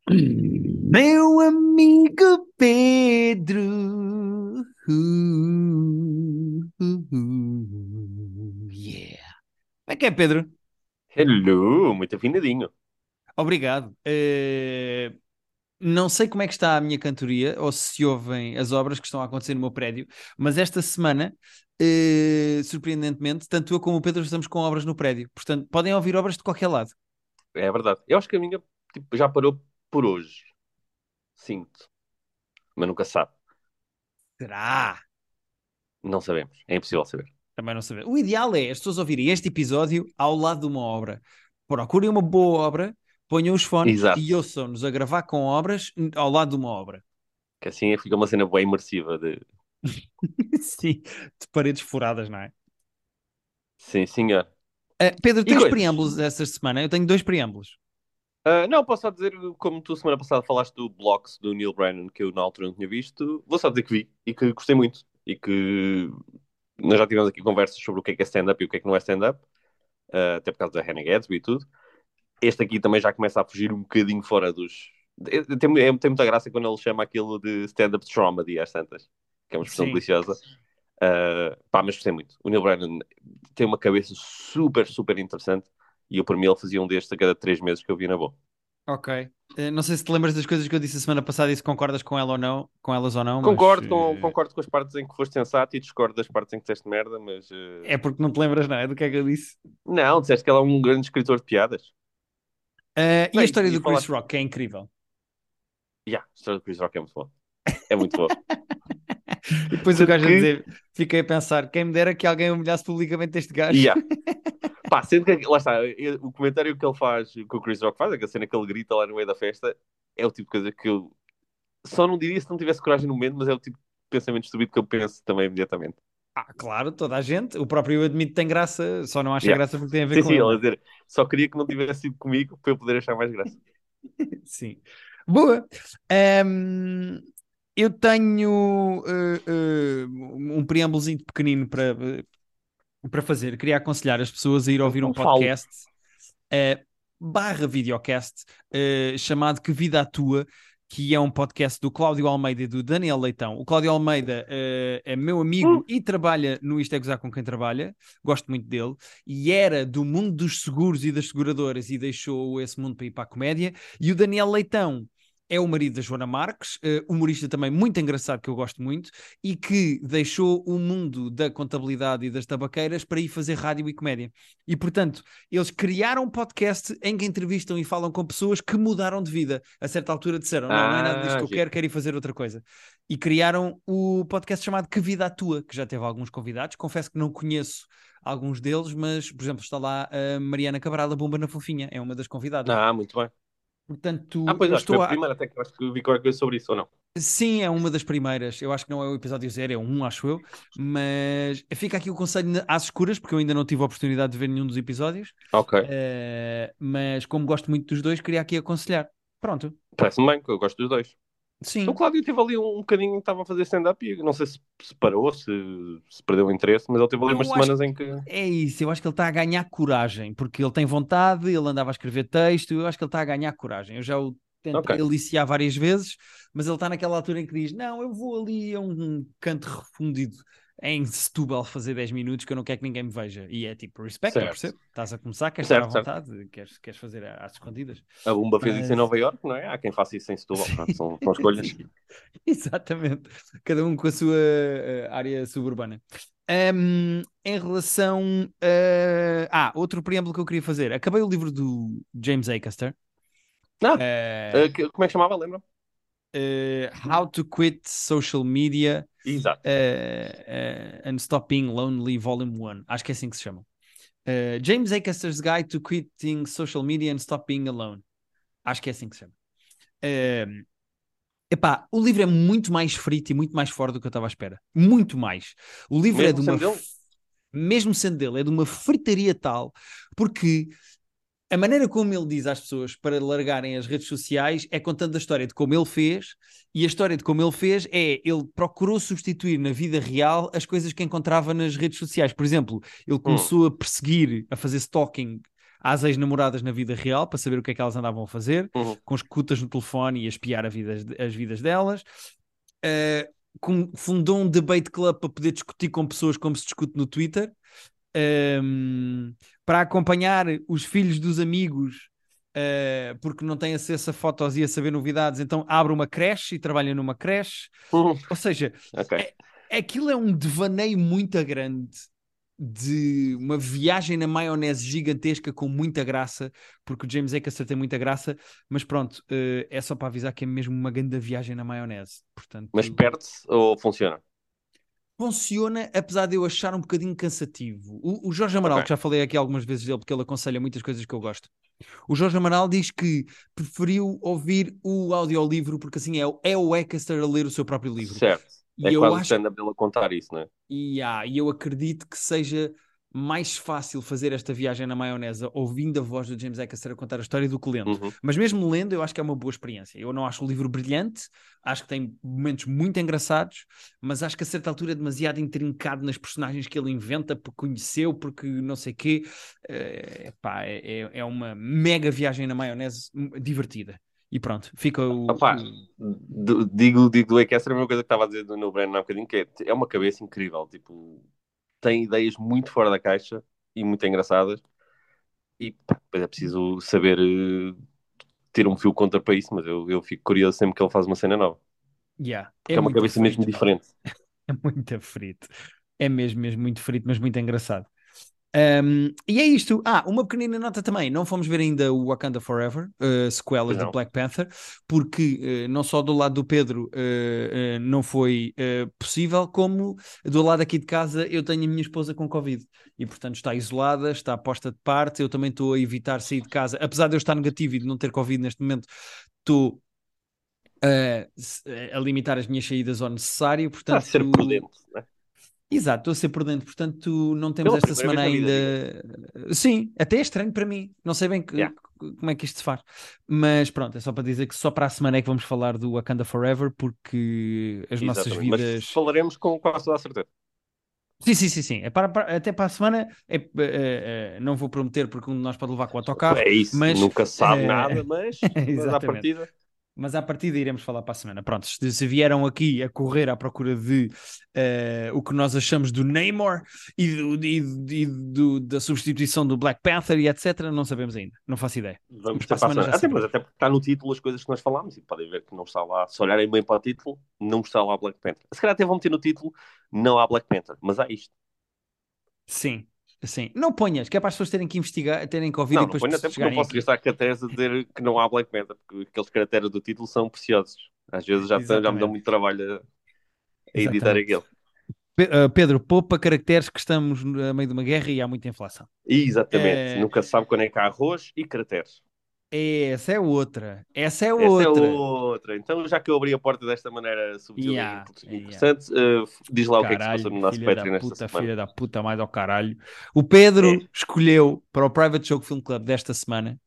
Meu amigo Pedro. Yeah. Como é que é, Pedro? Hello, muito afinadinho. Obrigado. Não sei como é que está a minha cantoria ou se ouvem as obras que estão a acontecer no meu prédio, mas esta semana, surpreendentemente, tanto eu como o Pedro estamos com obras no prédio. Portanto, podem ouvir obras de qualquer lado. É verdade. Eu acho que a minha já parou por hoje. Sinto. Mas nunca se sabe. Será? Não sabemos. É impossível saber. Também não saber. O ideal é as pessoas ouvirem este episódio ao lado de uma obra. Procurem uma boa obra, ponham os fones e Exato. ouçam-nos a gravar com obras ao lado de uma obra. Que assim fica uma cena bem imersiva de... Sim, de paredes furadas, não é? Sim, senhor. Pedro, E tens coisas? preâmbulos esta semana? Eu tenho dois preâmbulos. Não, posso só dizer, como tu semana passada falaste do Blocks do Neil Brennan, que eu na altura não tinha visto, vou só dizer que vi e que gostei muito. E que nós já tivemos aqui conversas sobre o que é stand-up e o que é que não é stand-up, até por causa da Hannah Gadsby e tudo. Este aqui também já começa a fugir um bocadinho fora dos. Tem muita graça quando ele chama aquilo de stand-up comedy às tantas, que é uma expressão Sim, deliciosa. Pá, mas gostei muito. O Neil Brennan tem uma cabeça super, super interessante e eu, por mim, ele fazia um destes a cada 3 meses que eu via na boa. ok. Não sei se te lembras das coisas que eu disse a semana passada e se concordas com ela ou não, com elas ou não, mas Concordo com as partes em que foste sensato e discordo das partes em que disseste merda, mas. é porque não te lembras, não é? Do que é que eu disse. Não, disseste que ele é um grande escritor de piadas. E Não, a e, história e do Chris falaste. Rock, que é incrível. Yeah, a história do Chris Rock é muito boa. É muito boa. E depois o Sendo gajo a que. dizer, fiquei a pensar, quem me dera que alguém humilhasse publicamente este gajo. Yeah. Pá, sendo que, lá está, o comentário que ele faz, que o Chris Rock faz, aquela cena que ele grita lá no meio da festa, é o tipo de coisa que eu só não diria se não tivesse coragem no momento, mas é o tipo de pensamento estúpido que eu penso também imediatamente. Claro, toda a gente. O próprio eu admito que tem graça, só não acha Yeah. graça porque tem a ver Sim, com sim, ele, ele não a é? dizer, só queria que não tivesse sido comigo para eu poder achar mais graça. Sim. Boa. Ahm, eu tenho um preâmbulozinho pequenino para fazer. Queria aconselhar as pessoas a ir ouvir um Então falo. podcast barra videocast chamado Que Vida a Tua, que é um podcast do Cláudio Almeida e do Daniel Leitão. O Cláudio Almeida é meu amigo e trabalha no Isto é Gozar com quem trabalha, gosto muito dele, e era do mundo dos seguros e das seguradoras e deixou esse mundo para ir para a comédia. E o Daniel Leitão é o marido da Joana Marques, humorista também muito engraçado, que eu gosto muito, e que deixou o mundo da contabilidade e das tabaqueiras para ir fazer rádio e comédia. E, portanto, eles criaram um podcast em que entrevistam e falam com pessoas que mudaram de vida. A certa altura disseram: não, não é nada disto que Ah, eu giro. quero ir fazer outra coisa. E criaram o podcast chamado Que Vida a Tua, que já teve alguns convidados. Confesso que não conheço alguns deles, mas, por exemplo, está lá a Mariana Cabral, a Bomba na Fofinha, é uma das convidadas. Ah, muito bem. Portanto, Pois eu acho que foi estou a a. primeira, até que acho que vi qualquer coisa sobre isso, ou não? Sim, é uma das primeiras. Eu acho que não é o episódio zero, é um, acho eu. Mas fica aqui o conselho às escuras, porque eu ainda não tive a oportunidade de ver nenhum dos episódios. Ok. Mas como gosto muito dos dois, queria aqui aconselhar. Pronto. Parece-me bem, que eu gosto dos dois. O Sim. Cláudio teve ali um bocadinho que estava a fazer stand-up e não sei se parou, se perdeu o interesse, mas ele teve ali umas Eu acho semanas que em que. é isso. Eu acho que ele está a ganhar coragem, porque ele tem vontade, ele andava a escrever texto. Eu acho que ele está a ganhar coragem. Eu já o tentei Ok, aliciar várias vezes, mas ele está naquela altura em que diz: não, eu vou ali a um canto refundido em Setúbal fazer 10 minutos que eu não quero que ninguém me veja. E é tipo, respect, eu certo. percebo. Estás a começar, queres estar à Certo, certo. vontade, queres fazer às escondidas. A Bumba fez isso em Mas Nova Iorque, não é? Há quem faça isso em Setúbal. Pronto, são escolhas. sim, exatamente. Cada um com a sua área suburbana. Em relação outro preâmbulo que eu queria fazer. Acabei o livro do James Acaster. Ah, uh, como é que chamava? Lembra? How to Quit Social Media Exato. and Stop Being Lonely, Volume 1. Acho que é assim que se chama. James Acaster's Guide to Quitting Social Media and Stop Being Alone. Acho que é assim que se chama. Uh, Epá, o livro é muito mais frito e muito mais fora do que eu estava à espera. Muito mais. O livro é Mesmo de uma. sendo dele? Mesmo sendo dele, é de uma fritaria tal, porque a maneira como ele diz às pessoas para largarem as redes sociais é contando a história de como ele fez, e a história de como ele fez é ele procurou substituir na vida real as coisas que encontrava nas redes sociais. Por exemplo, ele Hum, começou a perseguir, a fazer stalking às ex-namoradas na vida real para saber o que é que elas andavam a fazer, Uhum. com escutas no telefone e a espiar as vidas delas. Fundou um debate club para poder discutir com pessoas como se discute no Twitter, para acompanhar os filhos dos amigos, porque não têm acesso a fotos e a saber novidades, então abre uma creche e trabalha numa creche. Uhum. Ou seja, Ok. aquilo é um devaneio muito grande de uma viagem na maionese gigantesca com muita graça, porque o James Acaster tem muita graça, mas pronto, é só para avisar que é mesmo uma grande viagem na maionese. Portanto, Mas perde-se ou funciona? funciona, apesar de eu achar um bocadinho cansativo. O Jorge Amaral, que Ok. já falei aqui algumas vezes dele, porque ele aconselha muitas coisas que eu gosto. O Jorge Amaral diz que preferiu ouvir o audiolivro, porque assim é o Acaster a ler o seu próprio livro. Certo. É E eu quase o acho stand-up dele a contar isso, não é? e eu acredito que seja mais fácil fazer esta viagem na maionese ouvindo a voz do James Acaster a contar a história do que lendo. Uhum. Mas mesmo lendo, eu acho que é uma boa experiência. Eu não acho o livro brilhante, acho que tem momentos muito engraçados, mas acho que a certa altura é demasiado intrincado nas personagens que ele inventa, porque conheceu, porque não sei quê. É uma mega viagem na maionese divertida. E pronto, fica Opá, digo do Equestre a mesma coisa que estava a dizer do Neil Brennan há bocadinho, que é uma cabeça incrível. Tipo, tem ideias muito fora da caixa e muito engraçadas. E pá, depois é preciso saber ter um fio contra para isso, mas eu fico curioso sempre que ele faz uma cena nova. é Porque é uma muito cabeça mesmo frito, pá. diferente. É muito frito. É mesmo muito frito, mas muito engraçado. E é isto. Uma pequenina nota também. Não fomos ver ainda o Wakanda Forever, sequelas Pois de não. Black Panther, porque não só do lado do Pedro não foi possível, como do lado aqui de casa eu tenho a minha esposa com Covid. E portanto está isolada, está posta de parte. Eu também estou a evitar sair de casa. Apesar de eu estar negativo e de não ter Covid neste momento, estou a limitar as minhas saídas ao necessário. Está a ser Portanto, prudente, né? exato, estou a ser por dentro, portanto não temos Pela esta primeira vez semana na vida, ainda. diga. Sim, até é estranho para mim, não sei bem Yeah, como é que isto se faz, mas pronto, é só para dizer que só para a semana é que vamos falar do Wakanda Forever, porque as nossas exatamente. Mas vidas. falaremos com quase toda a certeza. Sim, sim, sim, sim. Até para a semana. Não vou prometer porque um de nós pode levar com o autocarro, É isso, mas. nunca se sabe nada, mas à Exatamente. partida. Mas à partida iremos falar para a semana. Pronto, se vieram aqui a correr à procura de o que nós achamos do Namor da substituição do Black Panther e etc., não sabemos ainda. Não faço ideia. Vamos Mas para ter a para a semana já semana. Até, mas saberemos. até porque está no título as coisas que nós falámos e podem ver que não está lá. Se olharem bem para o título, não está lá Black Panther. Se calhar até vão meter no título, não há Black Panther, mas há isto. Sim, sim. Não ponhas, que é para as pessoas terem que investigar, terem que ouvir e Não, não depois ponho até porque não chegarem posso aqui. gastar caracteres a dizer que não há Black Panther, porque aqueles caracteres do título são preciosos. Às vezes já me dão Exatamente. muito trabalho a editar Exatamente. aquele. Pedro, poupa caracteres que estamos a meio de uma guerra e há muita inflação. E, exatamente, Eh, nunca se sabe quando é que há arroz e caracteres. Essa é outra. Essa é Essa é outra. outra. Então, já que eu abri a porta desta maneira subtil e Yeah, yeah. interessante, diz lá o que é que se passa Caralho, no nosso Patreon nesta semana. filha da puta, mais ao caralho. O É. Pedro escolheu para o Private Joke Film Club desta semana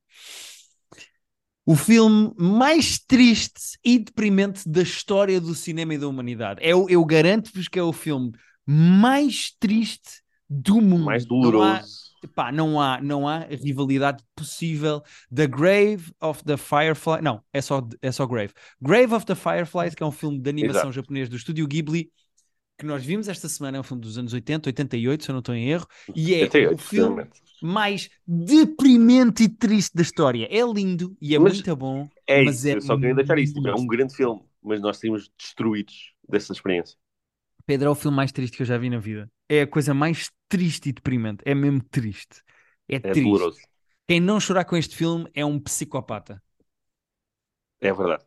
o filme mais triste e deprimente da história do cinema e da humanidade. Eu garanto-vos que é o filme mais triste do Mais mundo. doloroso. Não há rivalidade possível. The Grave of the Firefly. Não, é só Grave. Grave of the Fireflies, que é um filme de animação Exato. japonês do estúdio Ghibli, que nós vimos esta semana, é um filme dos anos 80, 88, se eu não estou em erro, e é o 88, filme precisamente. mais deprimente e triste da história. É lindo e é Mas muito bom, é mas isso, é eu só queria deixar isso. Tipo, é muito. um grande filme, mas nós saímos destruídos dessa experiência. Pedro, é o filme mais triste que eu já vi na vida. É a coisa mais triste e deprimente. É mesmo triste. É É triste. doloroso. Quem não chorar com este filme é um psicopata. É verdade.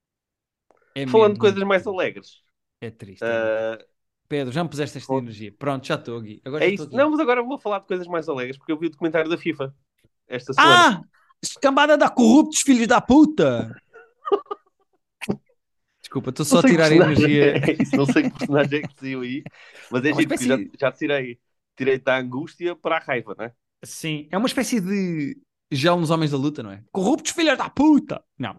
É Falando mesmo de muito coisas mais triste. alegres. É triste, é muito triste. ah, Pedro, já me puseste esta fal- energia. Pronto, já estou aqui. Agora é já estou isso. aqui. Não, mas agora vou falar de coisas mais alegres porque eu vi o documentário da FIFA esta semana. Ah! Escambada da corruptos, filhos da puta! Desculpa, estou Não só a sei que tirar personagem energia. é isso, não sei que personagem é que saiu aí, mas é É uma giro porque já, espécie. já tirei da angústia para a raiva, né? Sim, é uma espécie de gel nos Homens da Luta, não é? Corruptos, filhos da puta! Não.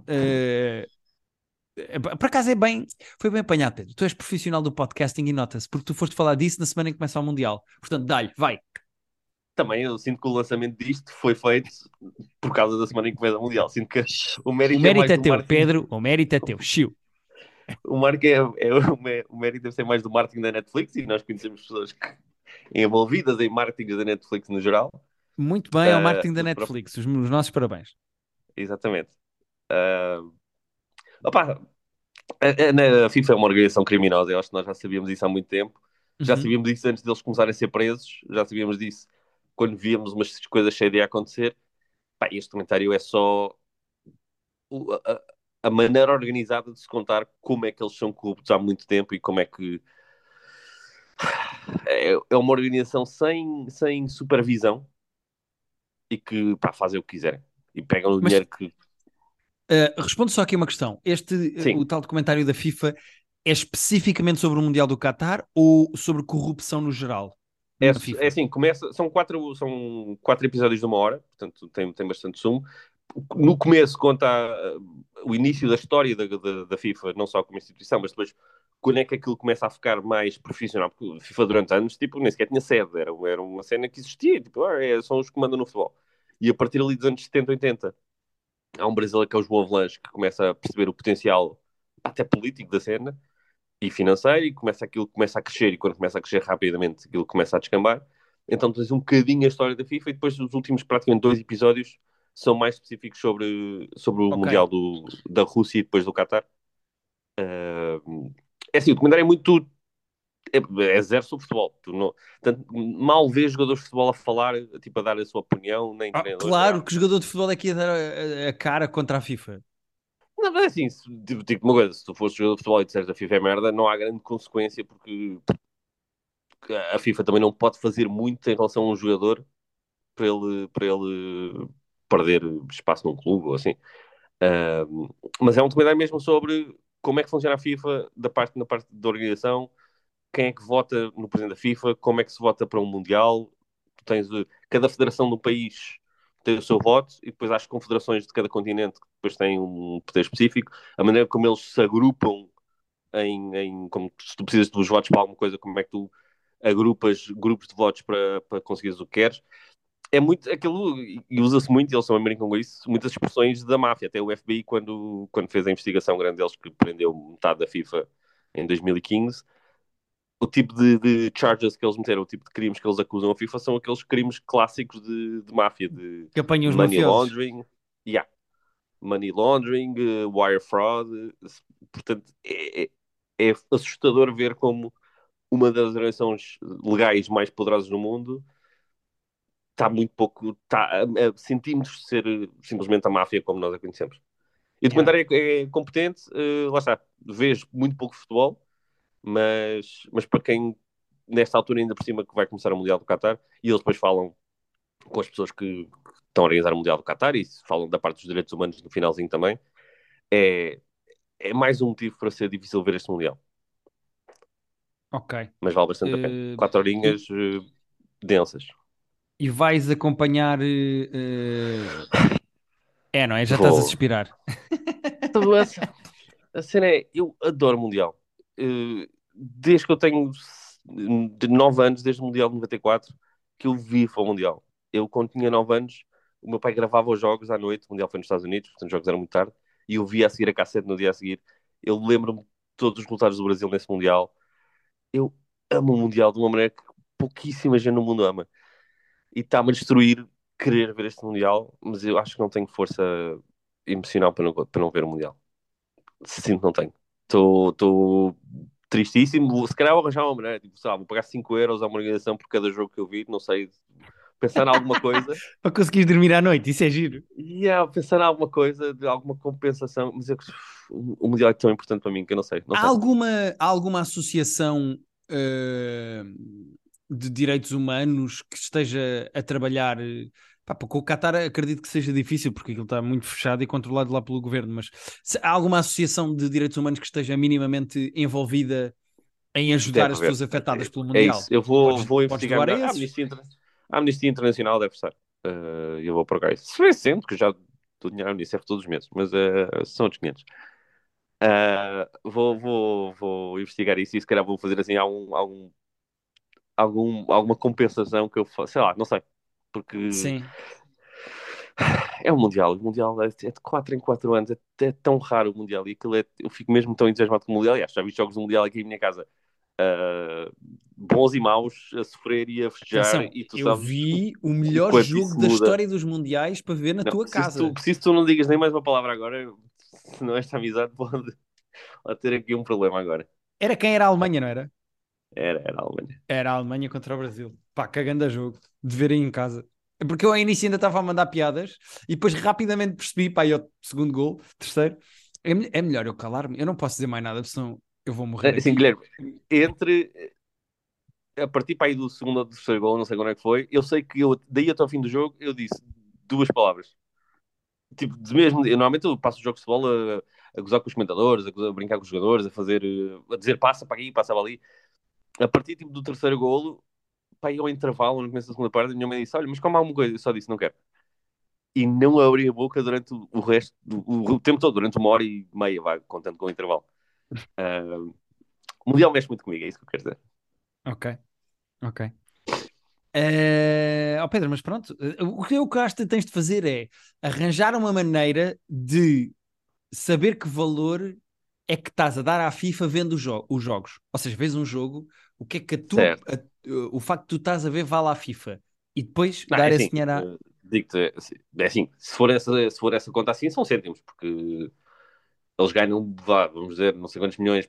Por acaso é bem. Foi bem apanhado, Pedro. Tu és profissional do podcasting e nota-se, porque tu foste falar disso na semana em que começa o Mundial. Portanto, dá-lhe, vai. também eu sinto que o lançamento disto foi feito por causa da semana em que começa o Mundial. Sinto que o O mérito é mérito mais é do teu, marketing. Pedro, o mérito é teu. Chiu. O marketing o mérito deve ser mais do marketing da Netflix e nós conhecemos pessoas envolvidas em marketing da Netflix no geral. Muito bem ao marketing da Do que próprio. Netflix. Os nossos parabéns. Exatamente. Uh, Opa, a FIFA é uma organização criminosa, eu acho que nós já sabíamos isso há muito tempo. Já Uhum. sabíamos disso antes deles começarem a ser presos, já sabíamos disso quando víamos umas coisas cheias de acontecer. Pá, este comentário é só o- a, a maneira organizada de se contar como é que eles são corruptos há muito tempo e como é que é uma organização sem supervisão e que pá, fazem o que quiserem e pegam o Mas dinheiro que. respondo só aqui uma questão. Sim, O tal documentário da FIFA é especificamente sobre o Mundial do Qatar ou sobre corrupção no geral é, na é FIFA? assim, são quatro episódios de 1 hora, portanto tem bastante sumo. No começo conta o início da história da FIFA, não só como instituição, mas depois quando é que aquilo começa a ficar mais profissional, porque a FIFA durante anos, tipo, nem sequer tinha sede, era uma cena que existia, tipo, são os que mandam no futebol. E a partir ali dos anos 70, 80, há um brasileiro que é o João Avelange, que começa a perceber o potencial até político da cena, e financeiro, e aquilo começa a crescer, e quando começa a crescer rapidamente, aquilo começa a descambar. Então tens um bocadinho a história da FIFA, e depois os últimos praticamente 2 episódios são mais específicos sobre o Ok. Mundial da Rússia e depois do Qatar. É assim, o documentário é muito. É zero sobre futebol. Tu não, tanto, mal vês jogadores de futebol a falar, tipo, a dar a sua opinião, nem treinadores, nem Claro árbitros. que jogador de futebol é que ia dar a cara contra a FIFA. Não, mas é assim, tipo uma coisa, se tu fores jogador de futebol e disseres a FIFA é merda, não há grande consequência porque a FIFA também não pode fazer muito em relação a um jogador para ele perder espaço num clube ou assim. Mas é um documentário mesmo sobre como é que funciona a FIFA na parte da organização, quem é que vota no presidente da FIFA, como é que se vota para um Mundial. Tu tens cada federação do país tem o seu voto e depois há as confederações de cada continente que depois têm um poder específico. A maneira como eles se agrupam como se tu precisas dos votos para alguma coisa, como é que tu agrupas grupos de votos para conseguires o que queres. É muito aquilo, e usa-se muito, e eles também brincam com isso, muitas expressões da máfia. Até o FBI, quando fez a investigação grande deles, que prendeu metade da FIFA em 2015, o tipo de charges que eles meteram, o tipo de crimes que eles acusam a FIFA são aqueles crimes clássicos de máfia, de Que apanham os money mafiosos. laundering, yeah, money laundering, wire fraud. Portanto, é assustador ver como uma das organizações legais mais poderosas do mundo está muito pouco, está a centímetros de ser simplesmente a máfia como nós a conhecemos. E o Yeah. documentário é competente, lá está, vês muito pouco futebol, mas para quem nesta altura ainda por cima que vai começar o Mundial do Qatar, e eles depois falam com as pessoas que estão a organizar o Mundial do Qatar e falam da parte dos direitos humanos no finalzinho também, é, é mais um motivo para ser difícil ver este Mundial. Ok. Mas vale bastante a pena. Eh, 4 horinhas e, densas. e vais acompanhar. É, não é? Já estás a Vou. suspirar. A cena é, eu adoro Mundial. Desde que eu tenho de 9 anos, desde o Mundial de 94, que eu vivo o Mundial. Eu, quando tinha 9 anos, o meu pai gravava os jogos à noite, o Mundial foi nos Estados Unidos, portanto os jogos eram muito tarde, e eu via a seguir a cassete no dia a seguir. Eu lembro-me de todos os resultados do Brasil nesse Mundial. Eu amo o Mundial de uma maneira que pouquíssima gente no mundo ama. E está-me a destruir querer ver este Mundial, mas eu acho que não tenho força emocional para não ver o Mundial. Sinto que não tenho. Estou tristíssimo. Se calhar vou arranjar uma maneira, tipo, sabe, vou pagar 5 euros a uma organização por cada jogo que eu vi, não sei, pensar em alguma coisa. Para conseguires dormir à noite, isso é giro. Pensar em alguma coisa, de alguma compensação, mas o Mundial é tão importante para mim que eu não sei, não sei. Há alguma associação eh, de direitos humanos que esteja a trabalhar? Pá, porque o Qatar acredito que seja difícil, porque aquilo está muito fechado e controlado lá pelo governo, mas há alguma associação de direitos humanos que esteja minimamente envolvida em ajudar Deve as haver. pessoas afetadas pelo É isso. Mundial? Eu vou Podes investigar doar a melhor. esses? A Amnistia Internacional deve estar. Eu vou procurar isso. Se vê sempre, que eu já dou dinheiro à Unicef todos os meses, mas são outros 500. Vou investigar isso e se calhar vou fazer assim alguma compensação que eu faço. Sei lá, não sei. porque Sim. é o Mundial. O Mundial é de 4 em 4 anos. É tão raro o Mundial. E aquilo eu fico mesmo tão entusiasmado com o Mundial. Aliás, já vi jogos do Mundial aqui em minha casa. ah, Bons e maus, a sofrer e a festejar. Atenção, E tu eu sabes vi o o melhor quanto jogo isso da muda. história dos mundiais para ver na Não, tua casa. preciso tu não digas nem mais uma palavra agora. Senão esta amizade pode ter aqui um problema agora. Era quem era a Alemanha, não era? Era a Alemanha. Era a Alemanha contra o Brasil. Pá, cagando a jogo. De ver aí em casa. É porque eu ao início ainda estava a mandar piadas e depois rapidamente percebi, pá, aí o segundo gol, terceiro. É melhor eu calar-me. Eu não posso dizer mais nada, senão eu vou morrer Assim, aqui. Guilherme, entre a partir para aí do segundo ou do terceiro gol, não sei quando é que foi, eu sei que daí até ao fim do jogo, eu disse duas palavras. Tipo, de mesmo, eu normalmente eu passo o jogo de futebol a gozar com os comentadores, a brincar com os jogadores, a dizer passa para aqui, passa para ali. A partir tipo, do terceiro golo, para ir ao intervalo, no começo da segunda parte, a minha mãe disse: Olha, mas calma alguma coisa, eu só disse: Não quero. E não abri a boca durante o resto, o tempo todo, durante 1 hora e meia, vai, contando com o intervalo. Uh, o Mundial mexe muito comigo, é isso que eu quero dizer. Ok, ok. Ó Pedro, mas pronto, o que eu acho que tens de fazer é arranjar uma maneira de saber que valor é que estás a dar à FIFA vendo os jogos. Ou seja, vês um jogo, o que é que Certo. o facto de tu estás a ver vale à FIFA e depois Não, é dar esse assim, dinheiro à. digo-te, é assim, se for essa conta assim, são cêntimos, porque eles ganham, vamos dizer, não sei quantos milhões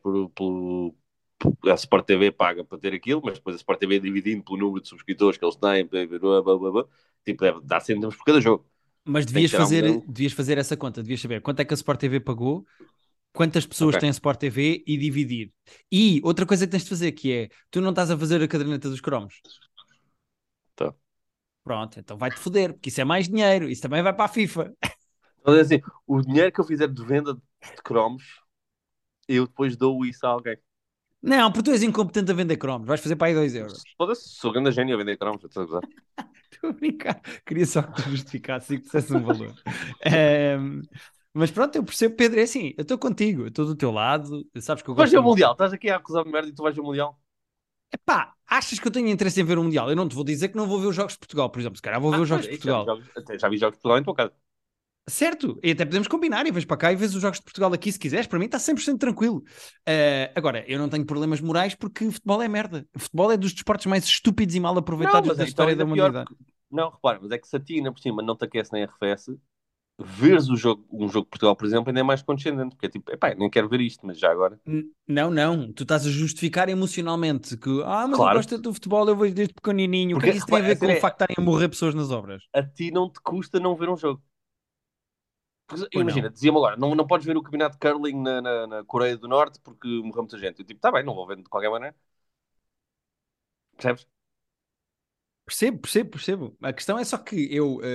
a Sport TV paga para ter aquilo, mas depois a Sport TV dividindo pelo número de subscritores que eles têm, blá, blá, blá, blá, tipo, deve dar cêntimos por cada jogo. Mas Tem que ser algum. devias fazer essa conta, devias saber quanto é que a Sport TV pagou, quantas pessoas Ok, têm a Sport TV e dividir. E outra coisa que tens de fazer que é, tu não estás a fazer a caderneta dos cromos. tá. Pronto, então vai-te foder, porque isso é mais dinheiro, isso também vai para a FIFA. Então, é assim, o dinheiro que eu fizer de venda de cromos, eu depois dou isso a alguém. Não, porque tu és incompetente a vender cromos, vais fazer para aí 2 euros. Foda-se, sou grande gênio a vender cromos, estou a gozar. Estou a brincar. Queria só que tu justificasses e que dissesse um valor. Ehm, mas pronto, eu percebo, Pedro, é assim, eu estou contigo, eu estou do teu lado, sabes que eu Tu vais ver gosto o muito de Mundial, ti. estás aqui a acusar-me de merda e tu vais ver o Mundial. Epá, achas que eu tenho interesse em ver o Mundial? Eu não te vou dizer que não vou ver os Jogos de Portugal, por exemplo, se calhar vou ver os Pois Jogos de é, isso, já vi Portugal. jogos, até já vi jogos de Portugal em tua casa. Certo, e até podemos combinar e vens para cá e vês os Jogos de Portugal aqui se quiseres, para mim está 100% tranquilo. Agora, eu não tenho problemas morais porque o futebol é merda. O futebol é dos desportos mais estúpidos e mal Não, aproveitados mas da é então história da ainda pior. humanidade. Não, repara, mas é que se a ti ainda por cima não te aquece nem arrefece, veres um jogo de Portugal, por exemplo, ainda é mais condescendente, porque é tipo, epá, nem quero ver isto, mas já agora. Não, não. Tu estás a justificar emocionalmente que, mas eu Claro, gosto do futebol, eu vejo desde pequenininho. O que é porque que isso tem a repara, ver com o facto de estarem a morrer pessoas nas obras? a ti não te custa não ver um jogo. Porque, Pois imagina, não. dizia-me agora, não podes ver o campeonato de curling na Coreia do Norte porque morreu muita gente. Eu tipo, tá bem, não vou ver de qualquer maneira. Percebes? Percebo, percebo, percebo. A questão é só que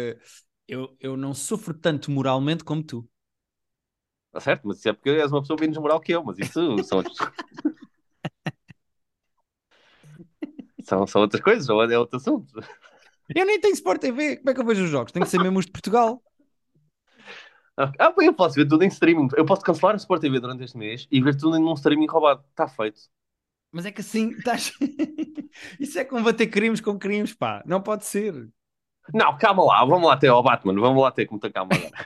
eu não sofro tanto moralmente como tu. Tá certo, mas isso é porque és uma pessoa menos moral que eu, mas isso são outras coisas, ou é outro assunto. Eu nem tenho Sport TV. Como é que eu vejo os jogos? Tem que ser mesmo os de Portugal. Bem, eu posso ver tudo em streaming. Eu posso cancelar o Sport TV durante este mês e ver tudo num streaming roubado. Está feito. Mas é que assim, estás... Isso é combater crimes com crimes, pá. Não pode ser. Não, calma lá, vamos lá ter ao Batman, vamos lá ter com muita calma agora.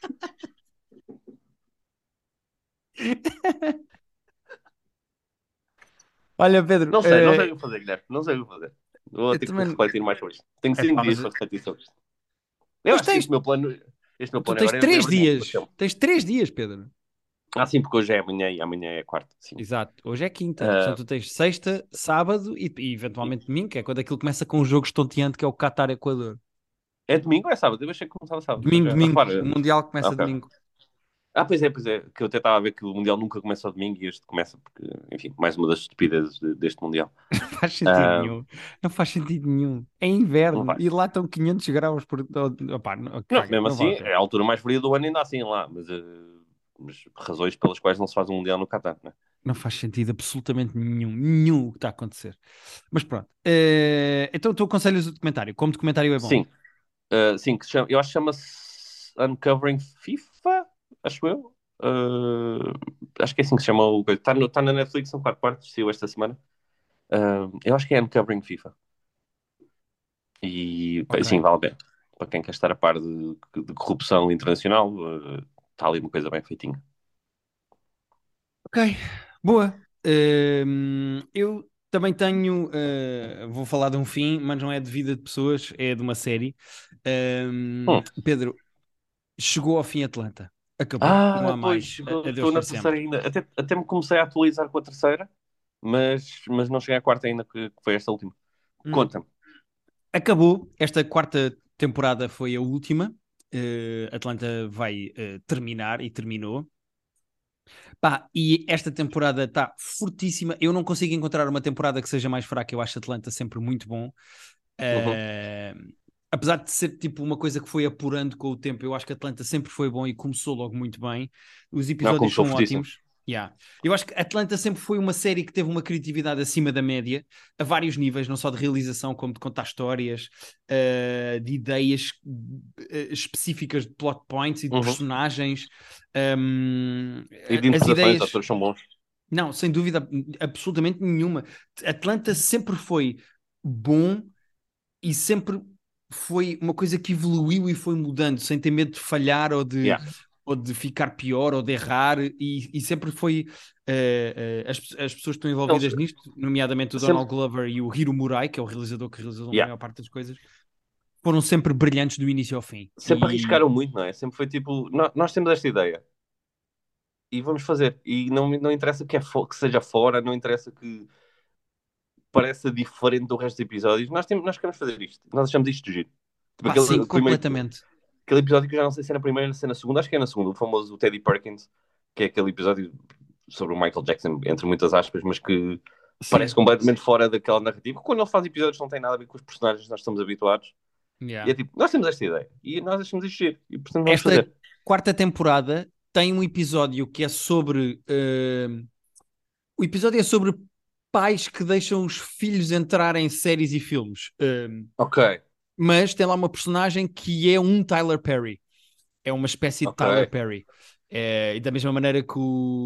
Olha, Pedro, Não sei o que fazer, Guilherme, não sei o que fazer. Vou eu ter que também... refletir mais sobre isto. Tenho cinco Epá, dias para refletir sobre isto. Eu mas acho que tens... Tu este meu plano tens agora é 3 dias. brilhante. Tens 3 dias, Pedro. Sim, porque hoje é amanhã e amanhã é quarta, sim. Exato, hoje é quinta, Ah, portanto tu tens sexta, sábado e eventualmente domingo, que é quando aquilo começa com um jogo estonteante que é o Qatar-Equador. é domingo ou é sábado? Eu achei que começava sábado, mas Domingo, já. domingo, o Repara. Mundial começa Ok. domingo. Pois é, que eu até estava a ver que o Mundial nunca começa ao domingo e este começa porque, enfim, mais uma das estupidezes deste Mundial. Não faz sentido Ah, nenhum, não faz sentido nenhum. É não inverno faz. e lá estão 500 graus por... Opá, não, Não, caga, mesmo não vale assim, a é pena. a altura mais fria do ano ainda assim lá, mas razões pelas quais não se faz um Mundial no Qatar, né? Não faz sentido absolutamente nenhum o que está a acontecer. Mas pronto, então tu aconselhas o documentário, como documentário é bom. Sim, sim, eu acho que chama-se Uncovering FIFA, acho eu. Acho que é assim que se chama o coisa. Está na Netflix, são 4 partes, saiu esta semana. Eu acho que é Uncovering FIFA. E Ok. sim, vale a pena. Para quem quer estar a par de corrupção internacional, está ali uma coisa bem feitinha. Ok, boa. Eu também tenho, vou falar de um fim, mas não é de vida de pessoas, é de uma série. Hum. Pedro, chegou ao fim Atlanta. Acabou, não há Pois, mais. estou Adeus para na terceira sempre. ainda. Até me comecei a atualizar com a terceira, mas não cheguei à quarta ainda, que foi esta última. Hum. Conta-me. Acabou. Esta quarta temporada foi a última. Atlanta vai terminar e terminou. Pá, e esta temporada está fortíssima. Eu não consigo encontrar uma temporada que seja mais fraca. Eu acho Atlanta sempre muito bom. Uhum. Uh, Apesar de ser tipo uma coisa que foi apurando com o tempo, eu acho que Atlanta sempre foi bom e começou logo muito bem. Os Não, episódios começou são fortíssimo. ótimos. Yeah. Eu acho que Atlanta sempre foi uma série que teve uma criatividade acima da média, a vários níveis, não só de realização, como de contar histórias, de ideias específicas de plot points e de Uhum. personagens. E de As interpretações, os ideias, atores são bons. não, sem dúvida absolutamente nenhuma. Atlanta sempre foi bom e sempre foi uma coisa que evoluiu e foi mudando, sem ter medo de falhar Yeah. ou de ficar pior ou de errar, e sempre foi as pessoas que estão Eles envolvidas nisto, nomeadamente o sempre, Donald Glover e o Hiro Murai, que é o realizador que realizou a yeah. maior parte das coisas, foram sempre brilhantes do início ao fim. Sempre E arriscaram muito, não é? Sempre foi tipo, nós temos esta ideia e vamos fazer. E não interessa que seja fora, não interessa que pareça diferente do resto dos episódios. Nós queremos fazer isto. Nós achamos isto giro. Tipo pá, sim, aquele primeiro, completamente. aquele episódio que eu já não sei se é na primeira ou se é na segunda, acho que é na segunda, o famoso Teddy Perkins, que é aquele episódio sobre o Michael Jackson, entre muitas aspas, mas que parece Sim, completamente fora daquela narrativa. Quando ele faz episódios não tem nada a ver com os personagens que nós estamos habituados. E yeah. é tipo, nós temos esta ideia e nós achamos isto giro e portanto vamos Esta fazer. quarta temporada tem um episódio que é sobre o episódio é sobre pais que deixam os filhos entrar em séries e filmes. Ok, Mas tem lá uma personagem que é um Tyler Perry. É uma espécie de ok. Tyler Perry. E da mesma maneira que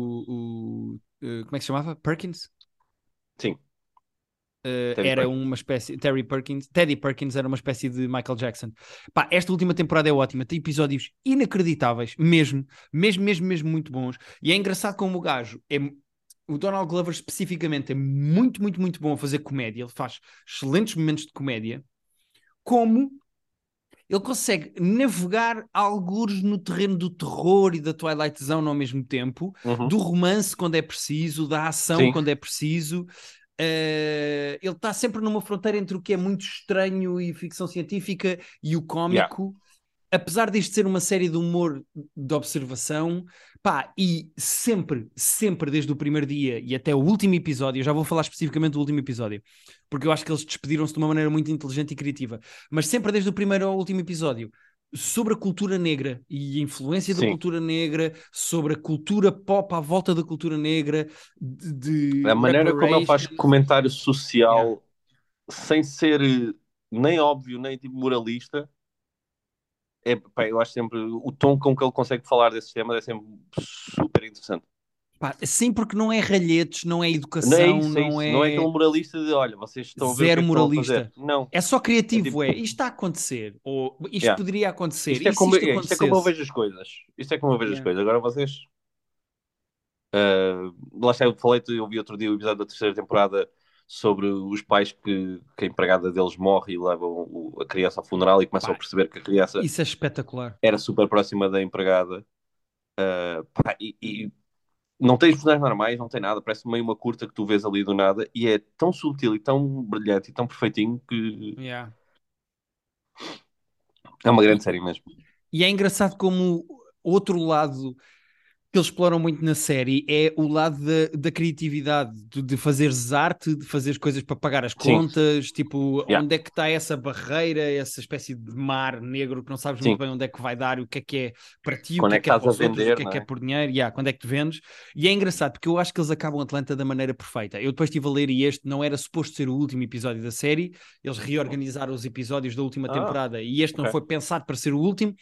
como é que se chamava? Perkins? Sim, Teddy Era Perkins. uma espécie. Teddy Perkins era uma espécie de Michael Jackson. Pá, esta última temporada é ótima. Tem episódios inacreditáveis, mesmo. Mesmo, mesmo, mesmo muito bons. E é engraçado como o gajo é. O Donald Glover especificamente é muito, muito, muito bom a fazer comédia. Ele faz excelentes momentos de comédia. Como ele consegue navegar algures no terreno do terror e da Twilight Zone ao mesmo tempo, Uhum. do romance quando é preciso, da ação Sim, quando é preciso. Ele está sempre numa fronteira entre o que é muito estranho e ficção científica e o yeah. cómico, apesar disto ser uma série de humor de observação, pá, e sempre, sempre desde o primeiro dia e até o último episódio, eu já vou falar especificamente do último episódio, porque eu acho que eles despediram-se de uma maneira muito inteligente e criativa, mas sempre desde o primeiro ao último episódio, sobre a cultura negra e a influência da Sim. cultura negra, sobre a cultura pop à volta da cultura negra, A de maneira como ele faz reparations. comentário Yeah. social sem ser nem óbvio, nem tipo moralista, pá, eu acho sempre o tom com que ele consegue falar desses temas é sempre super interessante. Pá, sim, porque não é ralhetes, não é Não é educação, isso, é não isso. Não é aquele é moralista de olha, vocês estão a ver o que zero é que estão a fazer. moralista. Não. É só É tipo, criativo, é. Isto está a acontecer, ou isto yeah. poderia acontecer, e se isto Isto é como eu acontecesse? vejo as coisas. Isto é como eu vejo as Yeah. coisas. Agora vocês. Lá está, eu falei, eu vi outro dia o episódio da terceira temporada sobre os pais que a empregada deles morre e levam a criança ao funeral e começam a Pá, perceber que a criança isso é espetacular. era super próxima da empregada. Pá, e não tem os personagens normais, não tem nada, parece meio uma curta que tu vês ali do nada e é tão sutil e tão brilhante e tão perfeitinho que Yeah. é uma grande E, série mesmo. e é engraçado como outro lado que eles exploram muito na série é o lado da criatividade, de fazeres arte, de fazeres coisas para pagar as Sim, contas, tipo, yeah, onde é que está essa barreira, essa espécie de mar negro que não sabes muito sim. bem onde é que vai dar, o que é para ti, o Quando é que que é estás para a os outros, o vender, não que é é? por dinheiro, yeah, quando é que te vendes. E é engraçado, porque eu acho que eles acabam Atlanta da maneira perfeita. Eu depois estive a ler e este não era suposto ser o último episódio da série, eles reorganizaram os episódios da última Ah, temporada e este não ok. foi pensado para ser o último,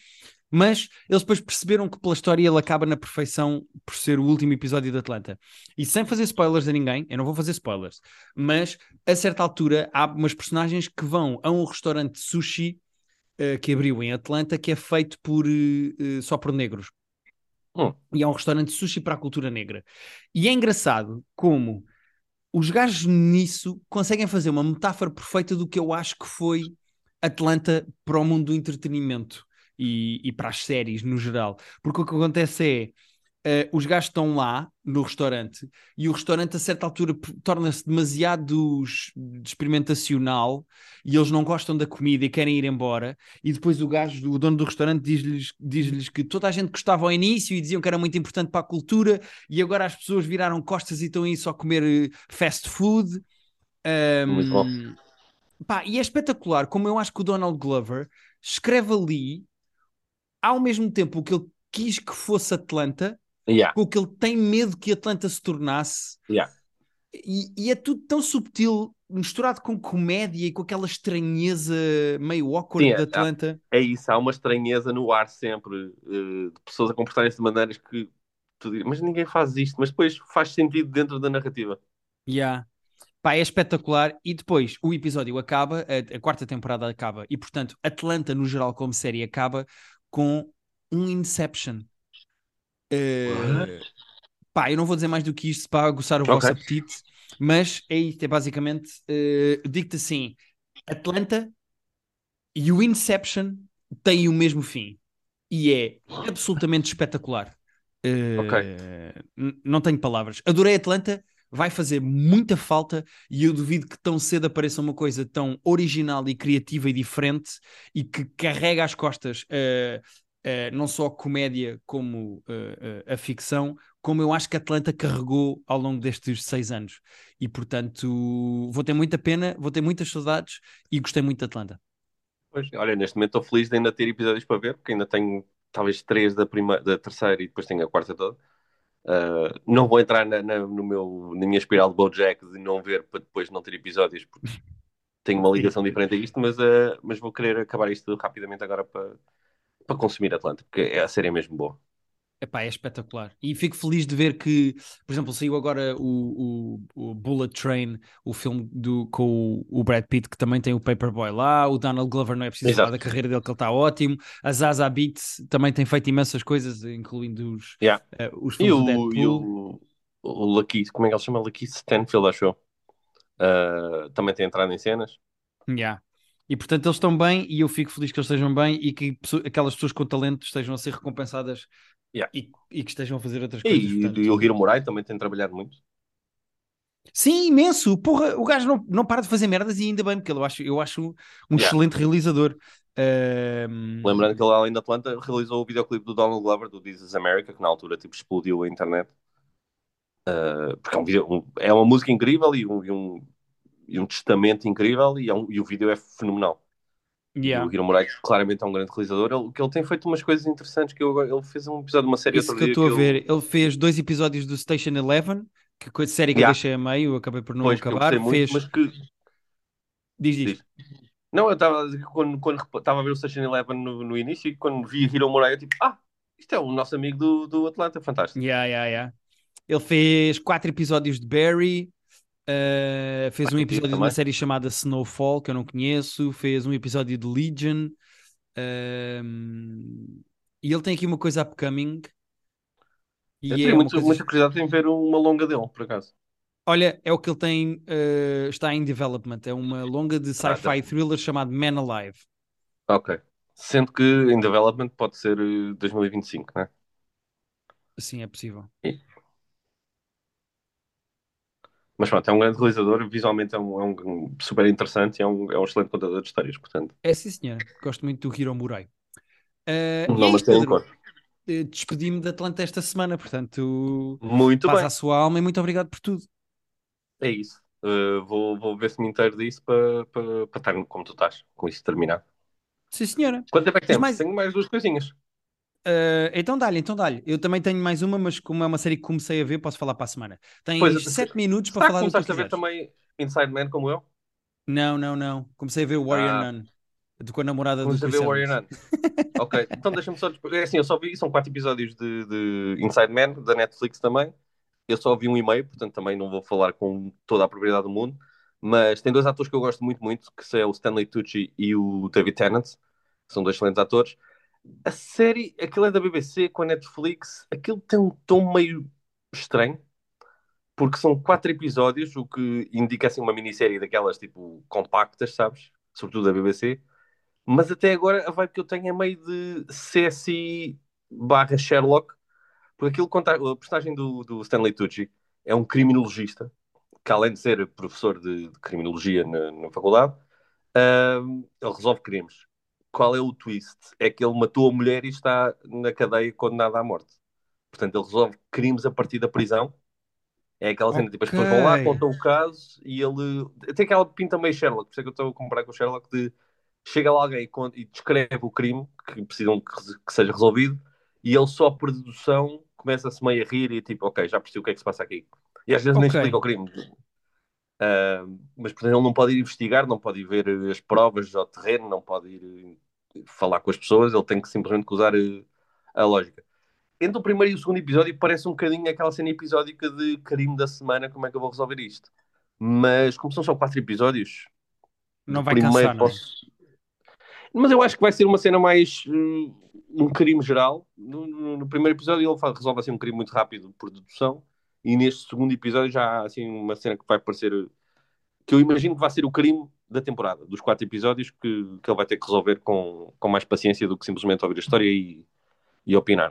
Mas eles depois perceberam que pela história ele acaba na perfeição por ser o último episódio de Atlanta. E sem fazer spoilers a ninguém, eu não vou fazer spoilers, mas a certa altura há umas personagens que vão a um restaurante de sushi que abriu em Atlanta que é feito só por negros. Hum, E é um restaurante de sushi para a cultura negra. E é engraçado como os gajos nisso conseguem fazer uma metáfora perfeita do que eu acho que foi Atlanta para o mundo do entretenimento e para as séries no geral. Porque o que acontece é os gajos estão lá no restaurante e o restaurante a certa altura torna-se demasiado experimentacional e eles não gostam da comida e querem ir embora e depois o gajo, o dono do restaurante diz-lhes que toda a gente gostava ao início e diziam que era muito importante para a cultura e agora as pessoas viraram costas e estão aí só a comer fast food. muito bom. Pá, e é espetacular como eu acho que o Donald Glover escreve ali ao mesmo tempo o que ele quis que fosse Atlanta Yeah, com o que ele tem medo que Atlanta se tornasse, yeah. e é tudo tão subtil, misturado com comédia e com aquela estranheza meio Sim, awkward de Atlanta. é isso, há uma estranheza no ar sempre, de pessoas a comportarem-se de maneiras que tu dirias, mas ninguém faz isto, mas depois faz sentido dentro da narrativa. Yeah. Pá, é espetacular. E depois o episódio acaba, a quarta temporada acaba, e portanto, Atlanta, no geral, como série, acaba com um Inception. What? Uh, Pá, eu não vou dizer mais do que isto para aguçar o Ok. vosso apetite, mas é isto, é basicamente, digo-te assim, Atlanta e o Inception têm o mesmo fim e é absolutamente espetacular. Ok. Não tenho palavras. Adorei Atlanta, vai fazer muita falta e eu duvido que tão cedo apareça uma coisa tão original e criativa e diferente e que carrega às costas não só a comédia como a ficção, como eu acho que Atlanta carregou ao longo destes 6 anos. E portanto, vou ter muita pena, vou ter muitas saudades e gostei muito de Atlanta. Pois, olha, neste momento estou feliz de ainda ter episódios para ver, porque ainda tenho talvez três da terceira e depois tenho a quarta toda. Não vou entrar na minha espiral de BoJack de não ver para depois não ter episódios, porque tenho uma ligação diferente a isto, mas vou querer acabar isto rapidamente agora para consumir Atlanta, porque a série é mesmo boa. Epá, é espetacular. E fico feliz de ver que, por exemplo, saiu agora o Bullet Train, o filme com o Brad Pitt, que também tem o Paperboy lá. O Donald Glover, não é preciso falar da Exato. carreira dele, que ele está ótimo. A Zaza Beetz também tem feito imensas coisas, incluindo Yeah. os E filmes do o, e Deadpool. o, o Lucky, como é que ele chama? Lucky Stanfield, acho eu. Também tem entrado em cenas. Yeah. E portanto eles estão bem e eu fico feliz que eles estejam bem e que aquelas pessoas com talento estejam a ser recompensadas Yeah. e que estejam a fazer outras coisas. E o Portanto, Hiro Murai também tem trabalhado muito. sim, imenso. Porra, o gajo não para de fazer merdas e ainda bem, porque eu acho um Yeah. excelente realizador. Ahm, Lembrando que ele, além de Atlanta, realizou o videoclipe do Donald Glover, do This Is America, que na altura tipo, explodiu a internet. Porque é uma música incrível e um testamento incrível e o vídeo é fenomenal. E yeah. o Hiro Murai claramente é um grande realizador. Ele tem feito umas coisas interessantes ele fez um episódio de uma série Isso outro que eu dia estou que a eu. ver, ele fez 2 episódios do Station Eleven, que coisa série que eu Yeah, deixei a meio, eu acabei por não pois que eu gostei acabar. muito, Fez, mas que. diz. Diz. Não, eu estava a dizer que quando estava a ver o Station Eleven no início e quando vi Hiro Murai, eu tipo, isto é o nosso amigo do Atlanta, fantástico. Yeah. Ele fez 4 episódios de Barry. Fez Faz um sentido episódio de uma também. série chamada Snowfall, que eu não conheço. Fez um episódio de Legion. E ele tem aqui uma coisa upcoming. Eu E teria é uma muita coisa. curiosidade em ver uma longa dele, por acaso. Olha, é o que ele tem. Está em development. É uma longa de Já. sci-fi thriller chamado Man Alive. Ok. Sendo que em development pode ser 2025, né? Sim, é possível. E- Mas pronto, é um grande realizador, visualmente é um super interessante e é um excelente contador de histórias, portanto. É sim, senhora. Gosto muito do Hiro Murai. E é Não me isto, tem em Pedro. conta. Despedi-me de Atlanta esta semana. Portanto, Muito paz bem, à sua alma e muito obrigado por tudo. é isso. Vou ver se me inteiro disso para estar como tu estás, com isso terminado. Sim, senhora. Quanto tempo é que Mas temos? mais, Tenho mais duas coisinhas. então dá-lhe, então dá-lhe. Eu também tenho mais uma, mas como é uma série que comecei a ver, posso falar para a semana. Pois, Tens 7 minutos para será que falar do que tu começaste a ver quiseres. também Inside Man como eu? Não. Comecei a ver o Warrior Ah, Nun. Com a namorada do Comecei a ver Chris Warrior Evans. Nun. Ok, então deixa-me só. É assim, eu só vi, são 4 episódios de Inside Man, da Netflix também. Eu só vi um e meio, portanto também não vou falar com toda a propriedade do mundo. Mas tem dois atores que eu gosto muito, muito, que são o Stanley Tucci e o David Tennant. São dois excelentes atores. A série, aquilo é da BBC com a Netflix, aquilo tem um tom meio estranho, porque são 4 episódios, o que indica assim uma minissérie daquelas tipo compactas, sabes? Sobretudo da BBC. Mas até agora a vibe que eu tenho é meio de CSI barra Sherlock, porque aquilo conta a personagem do Stanley Tucci é um criminologista, que além de ser professor de criminologia na faculdade, ele resolve crimes. Qual é o twist? É que ele matou a mulher e está na cadeia condenado à morte. Portanto, ele resolve crimes a partir da prisão. É aquela cena, tipo, as Ok. pessoas vão lá, contam o caso e ele... Tem aquela pinta meio Sherlock, por isso é que eu estou a comparar com o Sherlock de... Chega lá alguém e descreve o crime que precisam que seja resolvido e ele só por dedução começa-se meio a rir e tipo, ok, já percebi o que é que se passa aqui. E às vezes nem Ok. explica o crime. Mas, portanto, ele não pode ir investigar, não pode ir ver as provas ao terreno, não pode ir falar com as pessoas, ele tem que simplesmente usar a lógica. Entre o primeiro e o segundo episódio parece um bocadinho aquela cena episódica de crime da semana, como é que eu vou resolver isto? Mas como são só 4 episódios, do Não vai primeiro cansar, não é? posso... Mas eu acho que vai ser uma cena mais um crime geral. No primeiro episódio ele resolve assim um crime muito rápido por dedução, e neste segundo episódio já há assim uma cena que vai parecer que eu imagino que vai ser o crime da temporada, dos 4 episódios, que ele vai ter que resolver com mais paciência do que simplesmente ouvir a história e opinar.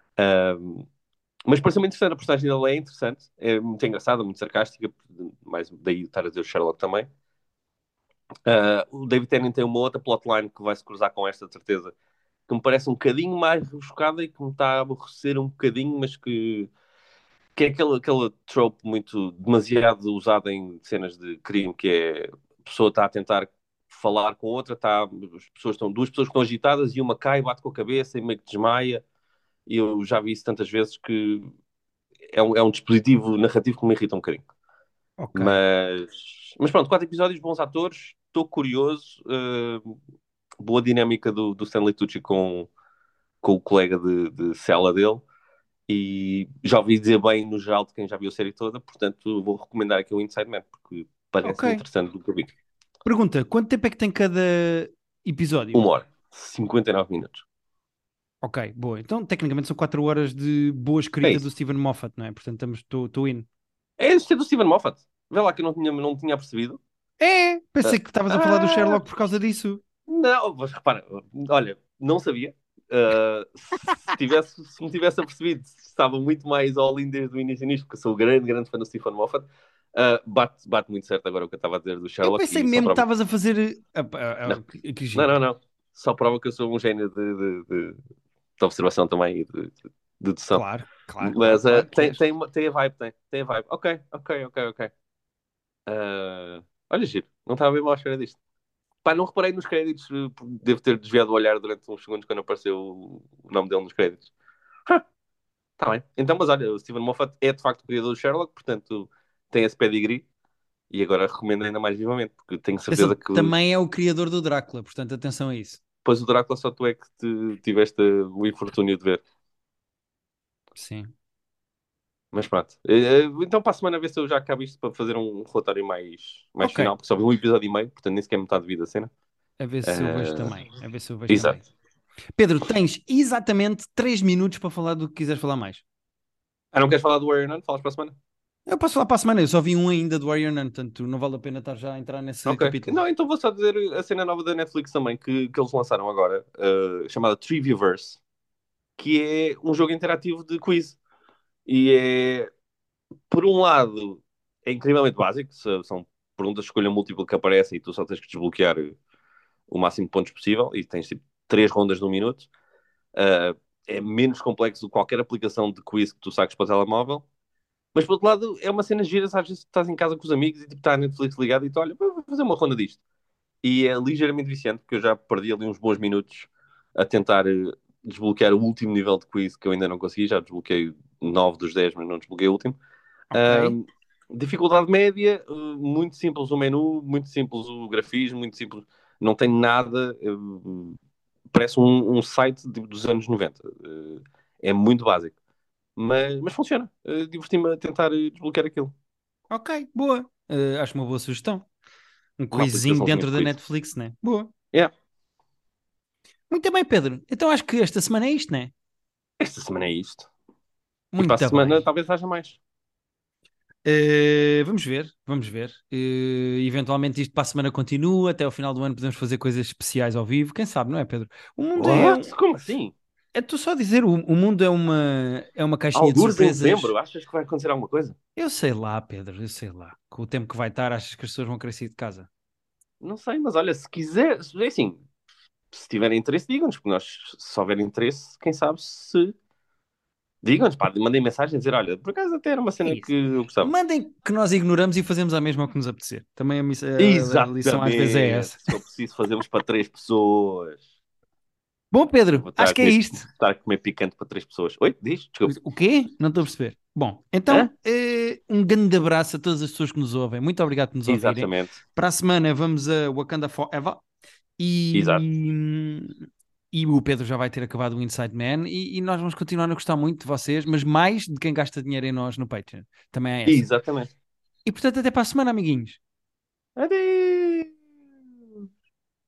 Mas parece muito interessante, a personagem dele é interessante, é muito engraçada, muito sarcástica, mais daí estar a dizer o Sherlock também. O David Tennant tem uma outra plotline que vai se cruzar com esta, de certeza, que me parece um bocadinho mais rebuscada e que me está a aborrecer um bocadinho, mas que é aquela trope muito demasiado usada em cenas de crime, que é a pessoa está a tentar falar com outra, duas pessoas que estão agitadas e uma cai, bate com a cabeça e meio que desmaia. E eu já vi isso tantas vezes que é um dispositivo narrativo que me irrita um bocadinho. Ok. Mas pronto, 4 episódios, bons atores, estou curioso. Boa dinâmica do Stanley Tucci com o colega de cela dele. E já ouvi dizer bem no geral de quem já viu a série toda, portanto vou recomendar aqui o Inside Man, porque Ok. parece interessante do que eu vi. Pergunta: quanto tempo é que tem cada episódio? 1 hora, 59 minutos. Ok, boa. Então, tecnicamente, são 4 horas de boa É escrita do isso. Steven Moffat, não é? Portanto, estou in. É este do Steven Moffat. Vê lá que eu não tinha percebido. É! Pensei Ah, que estavas a falar do ah, Sherlock por causa disso. não, mas repara, olha, não sabia. Se me tivesse apercebido, estava muito mais all-in desde o início nisto, porque eu sou grande, grande fã do Stephen Moffat. Bate muito certo agora o que eu estava a dizer do Eu Sherlock pensei e só mesmo que prova. estavas a fazer. Não, Que não, não, giro. não. Só prova que eu sou um gênio de observação também e de dedução. Claro, claro, claro, Mas claro que tem, és. tem a vibe, tem a vibe. Ok, ok, ok, ok. Olha, giro, não estava bem mal à espera disto. Pá, não reparei nos créditos, devo ter desviado o olhar durante uns segundos quando apareceu o nome dele nos créditos. Tá bem. Então, mas olha, o Steven Moffat é de facto o criador do Sherlock, portanto tem esse pedigree e agora recomendo ainda mais vivamente, porque tenho certeza Atenção, que também é o criador do Drácula, portanto, atenção a isso. depois o Drácula só tu é que tiveste o infortúnio de ver. Sim. Mas pronto. Então para a semana ver se eu já acabo isto para fazer um relatório mais Ok. final, porque só vi um episódio e meio, portanto nem sequer metade da cena. A ver se eu vejo Uh, também. A ver se eu vejo também. Exato. Pedro, tens exatamente 3 minutos para falar do que quiseres falar mais. Não queres falar do Warrior Nun? Falas para a semana? Eu posso falar para a semana, eu só vi um ainda do Warrior Nun, portanto não vale a pena estar já a entrar nesse Ok. capítulo. Não, então vou só dizer a cena nova da Netflix também, que eles lançaram agora, chamada Triviaverse, que é um jogo interativo de quiz. E é, por um lado, é incrivelmente básico, são perguntas de escolha múltipla que aparecem e tu só tens que desbloquear o máximo de pontos possível e tens tipo 3 rondas de 1 minuto. É menos complexo do que qualquer aplicação de quiz que tu saques para o telemóvel. Mas por outro lado, é uma cena gira, às vezes estás em casa com os amigos e tipo, está a Netflix ligado e tu olha, vou fazer uma ronda disto. E é ligeiramente viciante, porque eu já perdi ali uns bons minutos a tentar desbloquear o último nível de quiz que eu ainda não consegui. Já desbloqueei 9 dos 10, mas não desbloqueei o último. Ok. Ahm, Dificuldade média, muito simples o menu, muito simples o grafismo, muito simples. não tem nada. Parece um site dos anos 90. É muito básico. Mas funciona. Diverti-me a tentar desbloquear aquilo. Ok, boa. Acho uma boa sugestão. Um Uma quizinho aplicaçãozinha dentro da porreira. Netflix, né? Boa. Yeah. Muito bem, Pedro. Então acho que esta semana é isto, né? Esta semana é isto. E para a Muito semana bem. talvez haja mais. Vamos ver, vamos ver. Eventualmente isto para a semana continua, até ao final do ano podemos fazer coisas especiais ao vivo. Quem sabe, não é, Pedro? O mundo é What? Como assim? É tu só dizer, o mundo é uma caixinha de Algures em surpresas. dezembro, achas que vai acontecer alguma coisa? Eu sei lá, Pedro, eu sei lá. Com o tempo que vai estar, achas que as pessoas vão querer sair de casa? Não sei, mas olha, se quiser, é assim, se tiverem interesse, digam-nos, porque nós, se houver interesse, quem sabe se. Digam-nos, pá, mandem mensagem a dizer: olha, por acaso até era uma É cena que isso. eu gostava. Mandem que nós ignoramos e fazemos a mesma ao que nos apetecer. Também a lição às vezes é Exatamente. essa. Se for preciso, fazemos para 3 pessoas. Bom, Eu Pedro, vou acho que é isto. estar a comer picante para 3 pessoas. Oi, diz, desculpa. O quê? Não estou a perceber. Bom, então, Hã? um grande abraço a todas as pessoas que nos ouvem. Muito obrigado por nos ouvirem. Exatamente. Para a semana vamos a Wakanda Forever Exato. e, e o Pedro já vai ter acabado o Inside Man e nós vamos continuar a gostar muito de vocês, mas mais de quem gasta dinheiro em nós no Patreon. Também é essa. Exatamente. E portanto, até para a semana, amiguinhos. Adeus.